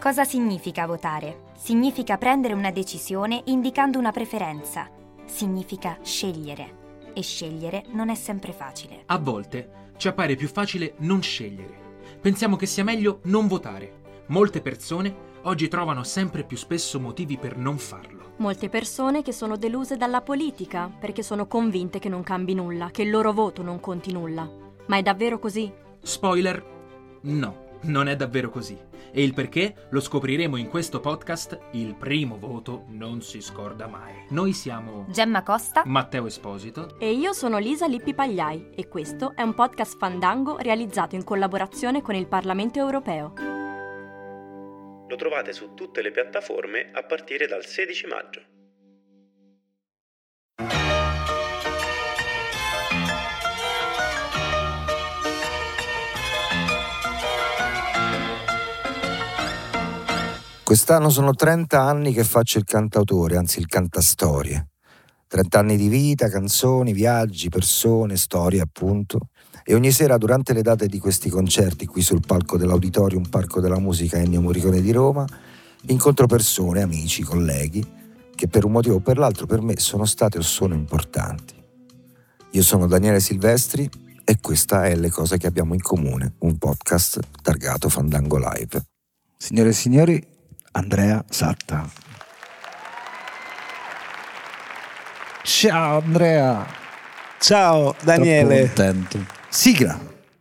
Cosa significa votare? Significa prendere una decisione indicando una preferenza. Significa scegliere. E scegliere non è sempre facile. A volte ci appare più facile non scegliere. Pensiamo che sia meglio non votare. Molte persone oggi trovano sempre più spesso motivi per non farlo. Molte persone che sono deluse dalla politica perché sono convinte che non cambi nulla, che il loro voto non conti nulla. Ma è davvero così? Spoiler: no, non è davvero così. E il perché lo scopriremo in questo podcast. Il primo voto non si scorda mai. Noi siamo Gemma Costa, Matteo Esposito E io sono Lisa Lippi Pagliai e questo è un podcast Fandango realizzato in collaborazione con il Parlamento Europeo. Lo trovate su tutte le piattaforme a partire dal 16 maggio. Quest'anno sono 30 anni che faccio il cantautore, anzi il cantastorie. 30 anni di vita, canzoni, viaggi, persone, storie appunto. E ogni sera durante le date di questi concerti qui sul palco dell'Auditorium Parco della Musica Ennio Morricone di Roma incontro persone, amici, colleghi che per un motivo o per l'altro per me sono state o sono importanti. Io sono Daniele Silvestri e questa è Le cose che abbiamo in comune, un podcast targato Fandango Live. Signore e signori, Andrea Satta. Ciao Andrea. Ciao Daniele. Troppo contento. Sigla.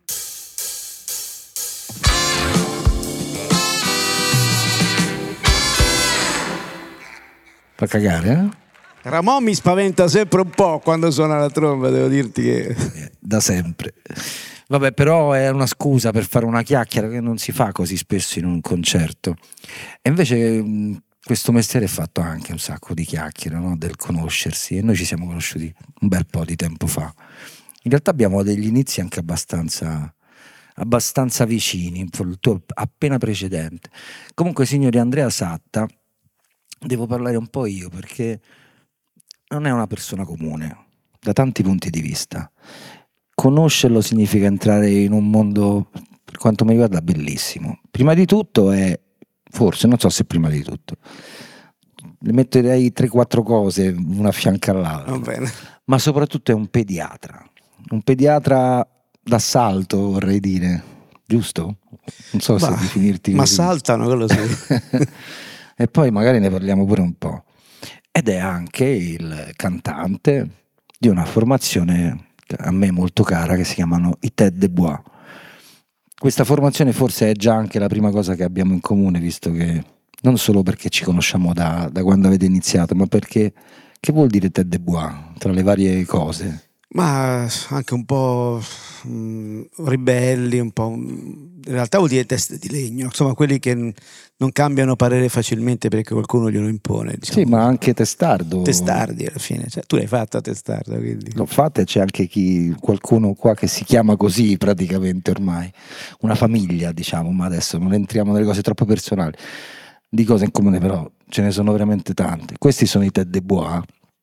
Fa cagare, eh? Ramon mi spaventa sempre un po' quando suona la tromba, devo dirti che... Da sempre. Vabbè, però è una scusa per fare una chiacchiera che non si fa così spesso in un concerto. E invece questo mestiere è fatto anche un sacco di chiacchiere, no? Del conoscersi, e noi ci siamo conosciuti un bel po' di tempo fa. In realtà abbiamo degli inizi anche abbastanza vicini, il tuo appena precedente. Comunque, signori, Andrea Satta, devo parlare un po' io perché non è una persona comune da tanti punti di vista. Conoscerlo significa entrare in un mondo, per quanto mi riguarda, bellissimo. Prima di tutto è, forse, non so se prima di tutto, le metterei 3-4 cose una a fianco all'altra. Va bene. Ma soprattutto è un pediatra d'assalto, vorrei dire, giusto? Non so se definirti ma così. saltano, quello sì. E poi magari ne parliamo pure un po'. Ed è anche il cantante di una formazione a me molto cara che si chiamano i Tête de Bois. Questa formazione forse è già anche la prima cosa che abbiamo in comune, visto che non solo perché ci conosciamo da quando avete iniziato, ma perché, che vuol dire Tête de Bois tra le varie cose? Ma anche un po' ribelli, un po'. In realtà vuol dire teste di legno, insomma, quelli che non cambiano parere facilmente perché qualcuno glielo impone. Diciamo. Sì, ma anche testardo. Testardi alla fine, cioè, tu l'hai fatta testardo, quindi. L'ho fatta e c'è anche qualcuno qua che si chiama così praticamente ormai, una famiglia, diciamo, ma adesso non entriamo nelle cose troppo personali. Di cose in comune però ce ne sono veramente tante. Questi sono i Tête de Bois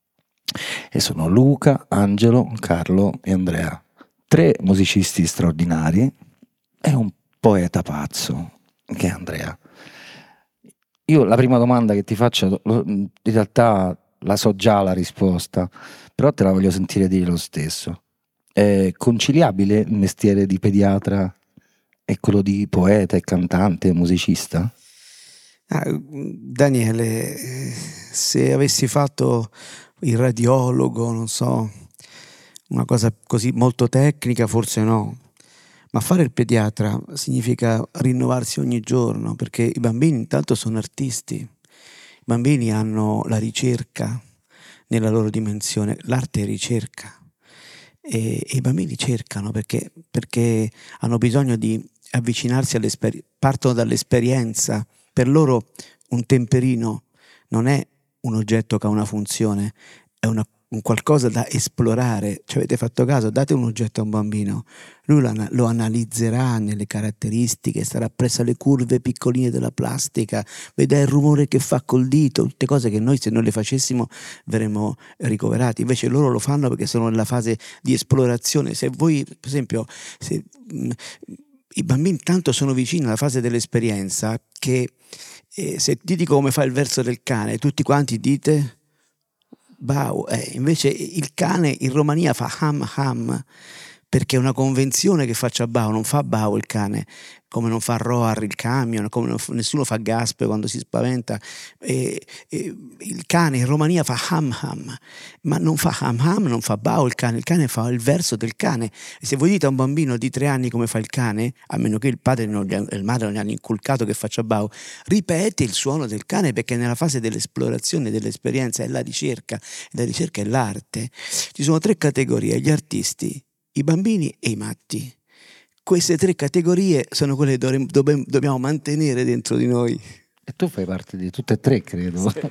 e sono Luca, Angelo, Carlo e Andrea, 3 musicisti straordinari e un poeta pazzo che è Andrea. Io la prima domanda che ti faccio, in realtà la so già la risposta, però te la voglio sentire dire lo stesso. È conciliabile il mestiere di pediatra e quello di poeta e cantante e musicista? Daniele, se avessi fatto il radiologo, non so, una cosa così molto tecnica, forse no. Ma fare il pediatra significa rinnovarsi ogni giorno, perché i bambini intanto sono artisti. I bambini hanno la ricerca nella loro dimensione, l'arte è ricerca. E i bambini cercano perché hanno bisogno di avvicinarsi partono dall'esperienza. Per loro un temperino non è un oggetto che ha una funzione, è un qualcosa da esplorare. Ci avete fatto caso? Date un oggetto a un bambino, lui lo analizzerà nelle caratteristiche, starà presso alle curve piccoline della plastica, vedrà il rumore che fa col dito, tutte cose che noi, se non le facessimo, verremmo ricoverati. Invece loro lo fanno perché sono nella fase di esplorazione. Se voi, per esempio, i bambini tanto sono vicini alla fase dell'esperienza che se ti dico come fa il verso del cane, tutti quanti dite bau, invece il cane in Romania fa ham ham, perché è una convenzione che faccia bau, non fa bau il cane, come non fa roar il camion, come nessuno fa gasp quando si spaventa. Il cane in Romania fa ham ham, ma non fa ham ham, non fa bau il cane fa il verso del cane. E se voi dite a un bambino di 3 anni come fa il cane, a meno che il padre e il madre non gli hanno inculcato che faccia bau, ripete il suono del cane, perché nella fase dell'esplorazione, dell'esperienza è la ricerca è l'arte. Ci sono 3 categorie: gli artisti, i bambini e i matti. Queste 3 categorie sono quelle che dobbiamo mantenere dentro di noi. E tu fai parte di tutte e 3, credo. Sì.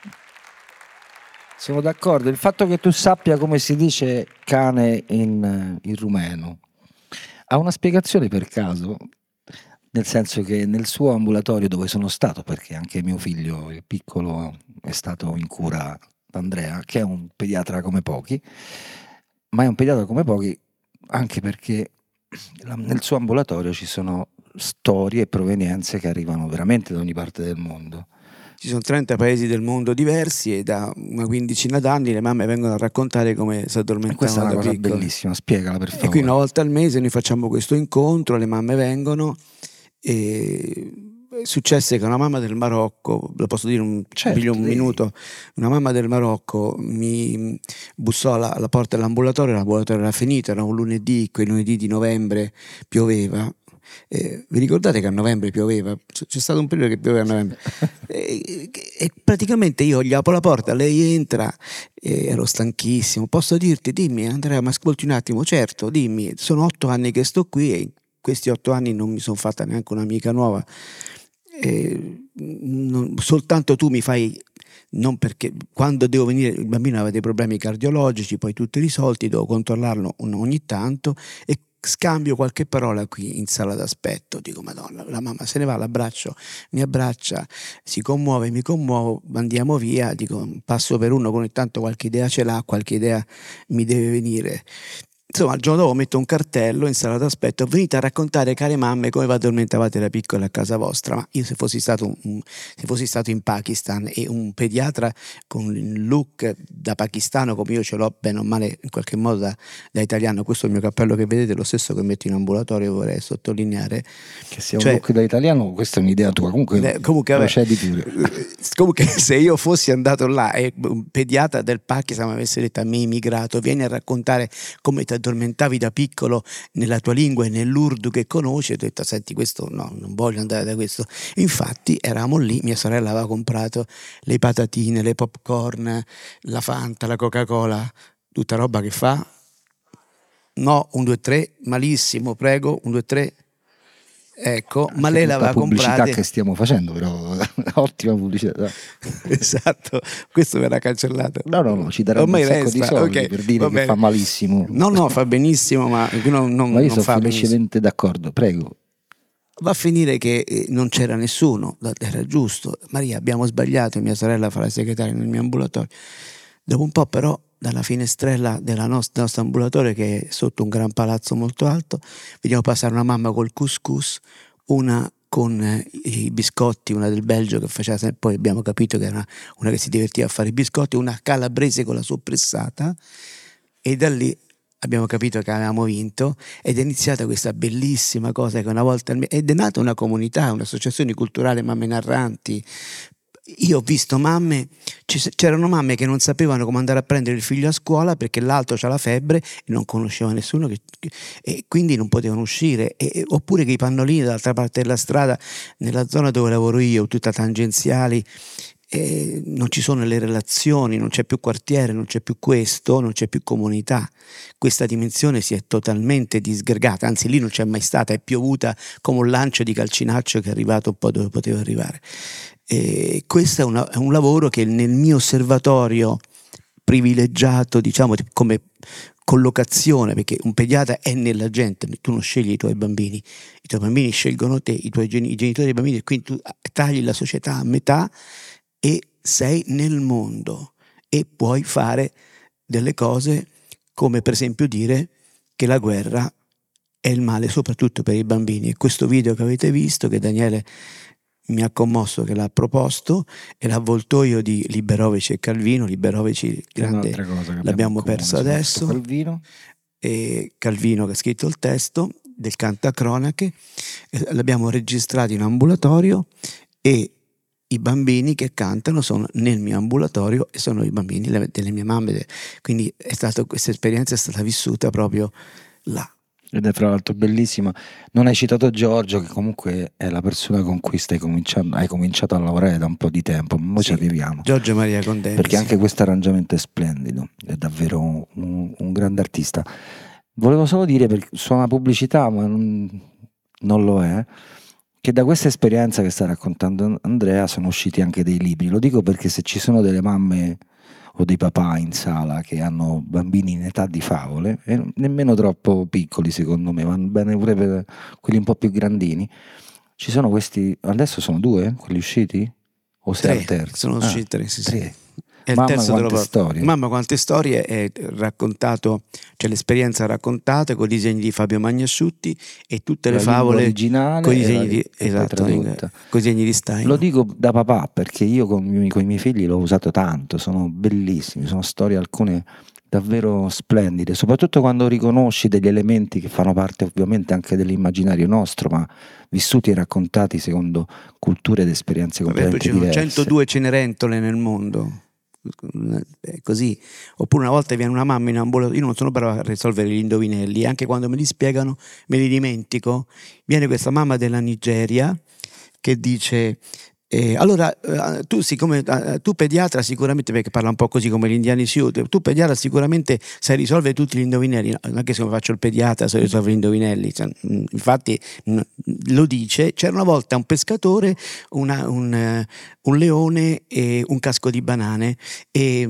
Sono d'accordo. Il fatto che tu sappia come si dice cane in rumeno ha una spiegazione per caso, nel senso che nel suo ambulatorio dove sono stato, perché anche mio figlio, il piccolo, è stato in cura da Andrea, che è un pediatra come pochi, ma è un pediatra come pochi anche perché nel suo ambulatorio ci sono storie e provenienze che arrivano veramente da ogni parte del mondo. Ci sono 30 paesi del mondo diversi e da una quindicina d'anni le mamme vengono a raccontare come si addormentavano. Questa è una cosa piccole. bellissima, spiegala per favore. E qui una volta al mese noi facciamo questo incontro, le mamme vengono e successe che una mamma del Marocco, lo posso dire un minuto, una mamma del Marocco mi bussò alla porta dell'ambulatorio, l'ambulatorio era finito, era un lunedì, quei lunedì di novembre, pioveva. Vi ricordate che a novembre pioveva? C'è stato un periodo che pioveva a novembre e praticamente io gli apro la porta, lei entra, ero stanchissimo. Posso dirti? Dimmi Andrea, ma ascolti un attimo. Certo, dimmi. Sono 8 anni che sto qui e in questi 8 anni non mi sono fatta neanche un'amica nuova. Soltanto tu mi fai, non perché quando devo venire, il bambino aveva dei problemi cardiologici, poi tutti risolti, devo controllarlo ogni tanto e scambio qualche parola qui in sala d'aspetto. Dico madonna, la mamma se ne va, l'abbraccio, mi abbraccia, si commuove, mi commuovo, andiamo via. Dico passo per uno, con intanto qualche idea ce l'ha, qualche idea mi deve venire. Insomma, il giorno dopo metto un cartello in sala d'aspetto: venite a raccontare, care mamme, come vi addormentavate da piccole a casa vostra. Ma io se fossi stato in Pakistan e un pediatra con il look da pakistano come io ce l'ho bene o male in qualche modo da italiano, questo è il mio cappello che vedete, lo stesso che metto in ambulatorio, vorrei sottolineare. Che sia un look da italiano, questa è un'idea tua, comunque procedi pure. Comunque se io fossi andato là e un pediatra del Pakistan mi avesse detto: a me immigrato, vieni a raccontare come ti addormentavi da piccolo nella tua lingua e nell'urdu che conosci, ho detto: senti, questo no, non voglio andare da questo. Infatti eravamo lì, mia sorella aveva comprato le patatine, le popcorn, la Fanta, la Coca-Cola, tutta roba che fa no, 1, 2, 3, malissimo, prego, 1, 2, 3. Ecco, anche ma lei l'aveva comprata. Pubblicità che stiamo facendo, però ottima pubblicità. Esatto, questo verrà cancellato. No, ci daranno un sacco di soldi, okay, per dire che fa malissimo. No, fa benissimo, ma ma io sono felicemente d'accordo, prego. Va a finire che non c'era nessuno, era giusto. Maria, abbiamo sbagliato, mia sorella fa la segretaria nel mio ambulatorio. Dopo un po' però, dalla finestrella del nostro ambulatorio, che è sotto un gran palazzo molto alto, vediamo passare una mamma col couscous, una con i biscotti, una del Belgio che faceva sempre, poi abbiamo capito che era una che si divertiva a fare i biscotti, una calabrese con la soppressata, e da lì abbiamo capito che avevamo vinto ed è iniziata questa bellissima cosa che una volta ed è nata una comunità, un'associazione culturale Mamme Narranti. Io ho visto c'erano mamme che non sapevano come andare a prendere il figlio a scuola perché l'altro c'ha la febbre e non conosceva nessuno e quindi non potevano uscire, oppure che i pannolini dall'altra parte della strada, nella zona dove lavoro io, tutta tangenziali, non ci sono le relazioni, non c'è più quartiere, non c'è più questo, non c'è più comunità. Questa dimensione si è totalmente disgregata, anzi lì non c'è mai stata, è piovuta come un lancio di calcinaccio che è arrivato un po' dove poteva arrivare. E questo è un lavoro che nel mio osservatorio privilegiato, diciamo, come collocazione, perché un pediatra è nella gente, tu non scegli i tuoi bambini scelgono te, i genitori dei bambini, quindi tu tagli la società a metà e sei nel mondo e puoi fare delle cose come per esempio dire che la guerra è il male soprattutto per i bambini. E questo video che avete visto, che Daniele mi ha commosso, che l'ha proposto, è l'avvoltoio di Liberovici e Calvino. Liberovici, grande, l'abbiamo perso adesso. E Calvino che ha scritto il testo del Cantacronache, l'abbiamo registrato in ambulatorio e i bambini che cantano sono nel mio ambulatorio e sono i bambini delle mie mamme, quindi questa esperienza è stata vissuta proprio là. Ed è fra l'altro bellissima. Non hai citato Giorgio, che comunque è la persona con cui hai cominciato a lavorare da un po' di tempo, ma noi ci arriviamo. Giorgio Maria Condensi. Perché anche questo arrangiamento è splendido, è davvero un grande artista. Volevo solo dire, perché suona pubblicità, ma non lo è, che da questa esperienza che sta raccontando Andrea sono usciti anche dei libri. Lo dico perché se ci sono delle mamme o dei papà in sala che hanno bambini in età di favole, e nemmeno troppo piccoli secondo me, vanno bene pure per quelli un po' più grandini, ci sono questi, adesso sono 2 quelli usciti? O 3, terzo? sono usciti 3, sì. 3. Mamma quante storie. Mamma quante storie, è raccontato, c'è l'esperienza raccontata con i disegni di Fabio Magnasciutti e tutte le favole originale con i disegni con i disegni di Stein. Lo dico da papà perché io con i miei figli l'ho usato tanto, sono bellissimi, sono storie alcune davvero splendide, soprattutto quando riconosci degli elementi che fanno parte ovviamente anche dell'immaginario nostro, ma vissuti e raccontati secondo culture ed esperienze completamente diverse. Ci sono 102 Cenerentole nel mondo. Così. Oppure una volta viene una mamma in ambulatorio, io non sono bravo a risolvere gli indovinelli, anche quando me li spiegano me li dimentico. Viene questa mamma della Nigeria che dice allora tu pediatra sicuramente, perché parla un po' così come gli indiani Sioux, tu pediatra sicuramente sai risolvere tutti gli indovinelli. Non è che se faccio il pediatra sai risolvere gli indovinelli, infatti lo dice. C'era una volta un pescatore, un leone e un casco di banane e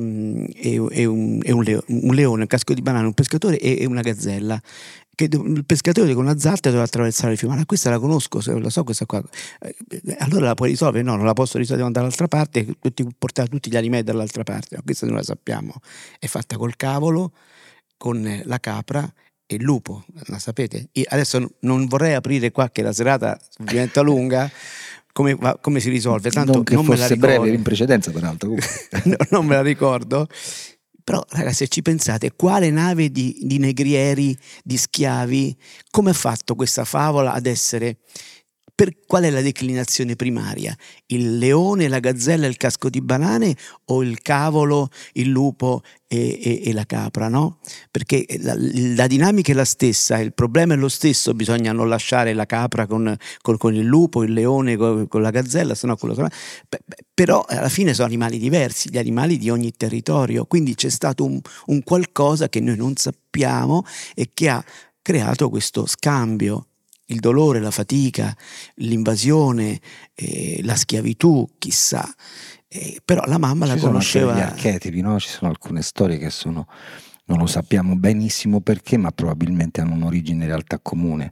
un leone, un casco di banane, un pescatore e una gazzella. Che il pescatore con una zatta doveva attraversare il fiume. Ma questa la conosco, la so questa qua. Allora la puoi risolvere? No, non la posso risolvere, devo andare dall'altra parte, portare tutti gli alimenti dall'altra parte. No, questa non la sappiamo. È fatta col cavolo, con la capra e il lupo, la sapete? Io adesso non vorrei aprire qua che la serata diventa lunga. Come si risolve? Tanto non che non fosse me la ricordo. breve in precedenza, peraltro. No, non me la ricordo. Però ragazzi, se ci pensate, quale nave di negrieri, di schiavi, come ha fatto questa favola ad essere? Qual è la declinazione primaria? Il leone, la gazzella e il casco di banane, o il cavolo, il lupo e la capra, no? Perché la dinamica è la stessa, il problema è lo stesso, bisogna non lasciare la capra con il lupo, il leone con la gazzella, sennò però alla fine sono animali diversi, gli animali di ogni territorio, quindi c'è stato un qualcosa che noi non sappiamo e che ha creato questo scambio. Il dolore, la fatica, l'invasione, la schiavitù, chissà. Però la mamma la conosceva. Ci sono gli archetipi, no? Ci sono alcune storie che non lo sappiamo benissimo perché, ma probabilmente hanno un'origine in realtà comune.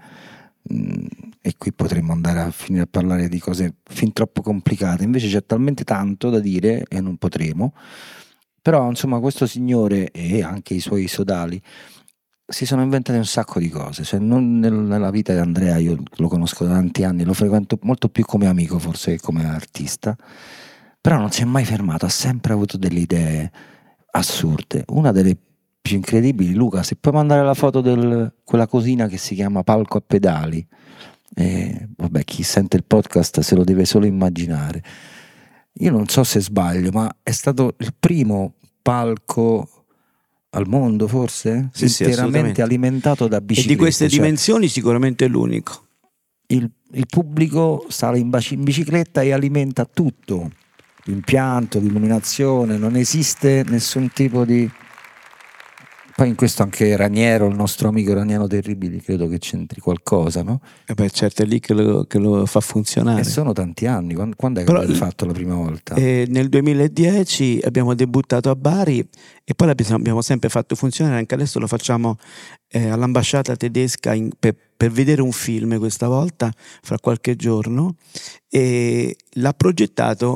E qui potremmo andare a finire a parlare di cose fin troppo complicate. Invece c'è talmente tanto da dire e non potremo. Però, insomma, questo signore e anche i suoi sodali si sono inventati un sacco di cose, cioè non nella vita di Andrea, io lo conosco da tanti anni, lo frequento molto più come amico forse che come artista, però non si è mai fermato, ha sempre avuto delle idee assurde. Una delle più incredibili, Luca, se puoi mandare la foto quella cosina che si chiama palco a pedali, vabbè, chi sente il podcast se lo deve solo immaginare. Io non so se sbaglio, ma è stato il primo palco al mondo forse? Sì, interamente alimentato da biciclette. E di queste dimensioni sicuramente è l'unico. Il pubblico sale in bicicletta e alimenta tutto, l'impianto, l'illuminazione, non esiste nessun tipo di... Poi in questo anche Raniero, il nostro amico Raniero Terribili, credo che c'entri qualcosa, no? Certo, è lì che lo fa funzionare. E sono tanti anni, quando è che l'hai fatto la prima volta? Nel 2010 abbiamo debuttato a Bari e poi l'abbiamo sempre fatto funzionare, anche adesso lo facciamo all'ambasciata tedesca per vedere un film questa volta, fra qualche giorno, e l'ha progettato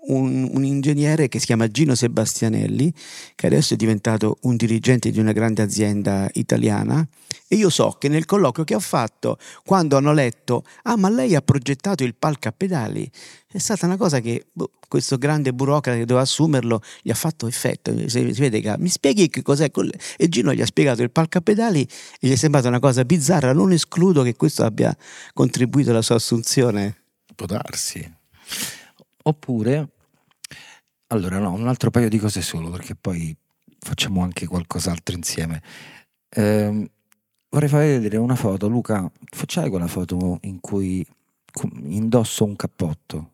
un ingegnere che si chiama Gino Sebastianelli, che adesso è diventato un dirigente di una grande azienda italiana, e io so che nel colloquio che ho fatto, quando hanno letto ma lei ha progettato il palco a pedali, è stata una cosa che questo grande burocrate che doveva assumerlo gli ha fatto effetto. Si vede che mi spieghi che cos'è, e Gino gli ha spiegato il palco a pedali e gli è sembrata una cosa bizzarra. Non escludo che questo abbia contribuito alla sua assunzione. Può darsi. Oppure, allora no, un altro paio di cose solo, perché poi facciamo anche qualcos'altro insieme. Vorrei farvi vedere una foto. Luca, facciamo quella foto in cui indosso un cappotto.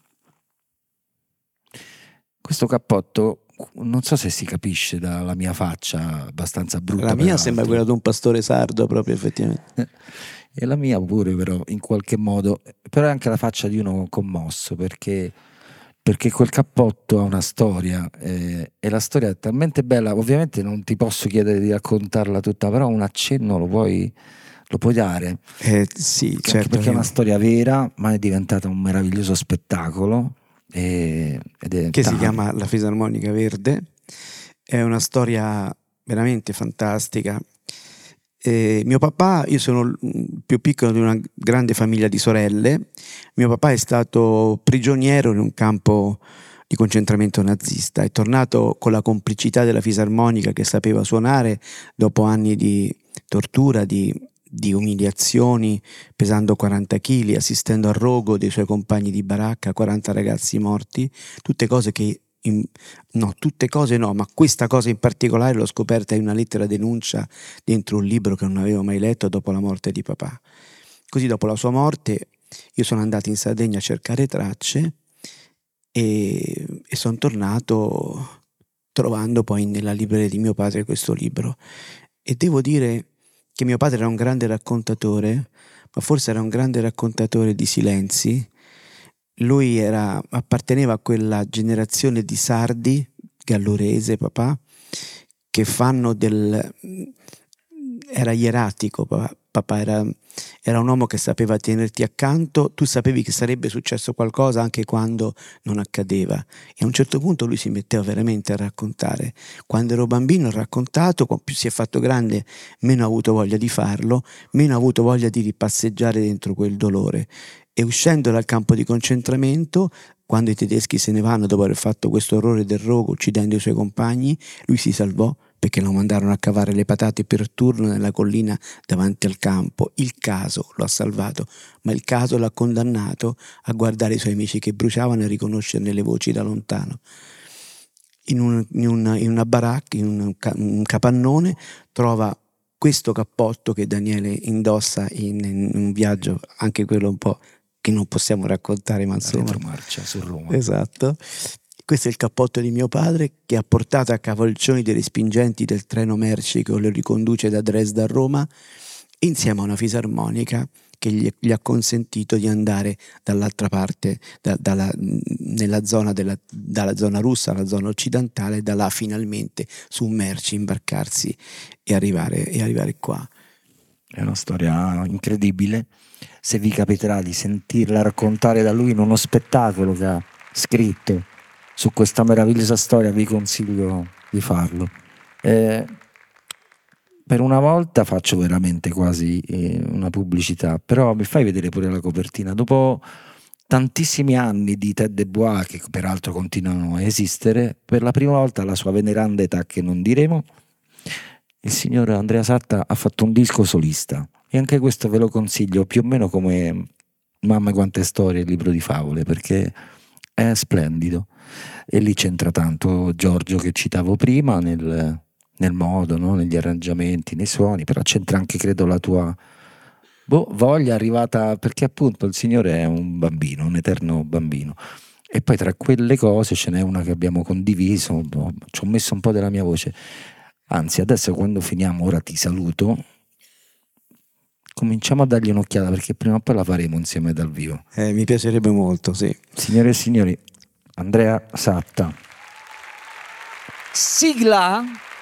Questo cappotto, non so se si capisce dalla mia faccia abbastanza brutta. La mia sembra quella di un pastore sardo, proprio, effettivamente. E la mia pure, però, in qualche modo. Però è anche la faccia di uno commosso, perché quel cappotto ha una storia, e la storia è talmente bella. Ovviamente non ti posso chiedere di raccontarla tutta, però un accenno lo puoi dare. Sì, anche certo. Perché è una storia vera, ma è diventata un meraviglioso spettacolo. Che si chiama La Fisarmonica Verde. È una storia veramente fantastica. Mio papà, io sono più piccolo di una grande famiglia di sorelle. Mio papà è stato prigioniero in un campo di concentramento nazista, è tornato con la complicità della fisarmonica che sapeva suonare dopo anni di tortura, di umiliazioni, pesando 40 kg, assistendo al rogo dei suoi compagni di baracca, 40 ragazzi morti, tutte cose che ma questa cosa in particolare l'ho scoperta in una lettera denuncia dentro un libro che non avevo mai letto dopo la morte di papà. Così dopo la sua morte io sono andato in Sardegna a cercare tracce e sono tornato trovando poi nella libreria di mio padre questo libro, e devo dire che mio padre era un grande raccontatore, ma forse era un grande raccontatore di silenzi. Lui apparteneva a quella generazione di sardi, gallurese papà, che fanno era ieratico, papà era un uomo che sapeva tenerti accanto, tu sapevi che sarebbe successo qualcosa anche quando non accadeva, e a un certo punto lui si metteva veramente a raccontare. Quando ero bambino ho raccontato, più si è fatto grande meno ho avuto voglia di farlo, meno ho avuto voglia di ripasseggiare dentro quel dolore. E uscendo dal campo di concentramento, quando i tedeschi se ne vanno dopo aver fatto questo orrore del rogo uccidendo i suoi compagni, lui si salvò perché lo mandarono a cavare le patate per turno nella collina davanti al campo. Il caso lo ha salvato, ma il caso l'ha condannato a guardare i suoi amici che bruciavano e a riconoscerne le voci da lontano. In una baracca, in un capannone, trova questo cappotto che Daniele indossa in un viaggio, anche quello un po' che non possiamo raccontare, ma insomma, retromarcia su Roma. Esatto. Questo è il cappotto di mio padre, che ha portato a cavalcioni dei respingenti del treno merci che lo riconduce da Dresda a Roma, insieme a una fisarmonica che gli ha consentito di andare dall'altra parte, nella zona dalla zona russa alla zona occidentale, da là finalmente su merci imbarcarsi e arrivare qua. È una storia incredibile. Se vi capiterà di sentirla raccontare da lui in uno spettacolo che ha scritto su questa meravigliosa storia, vi consiglio di farlo. Per una volta faccio veramente quasi una pubblicità, però mi fai vedere pure la copertina. Dopo tantissimi anni di Ted Debois, che peraltro continuano a esistere, per la prima volta alla sua veneranda età che non diremo, il signor Andrea Satta ha fatto un disco solista, e anche questo ve lo consiglio, più o meno come Mamma quante storie, il libro di favole, perché è splendido. E lì c'entra tanto Giorgio che citavo prima nel modo, no? Negli arrangiamenti, nei suoni, però c'entra anche, credo, la tua voglia arrivata, perché appunto il Signore è un bambino, un eterno bambino. E poi tra quelle cose ce n'è una che abbiamo condiviso, ci ho messo un po' della mia voce. Anzi, adesso quando finiamo, ora ti saluto, cominciamo a dargli un'occhiata, perché prima o poi la faremo insieme dal vivo. Mi piacerebbe molto, sì. Signore e signori, Andrea Satta. Sigla!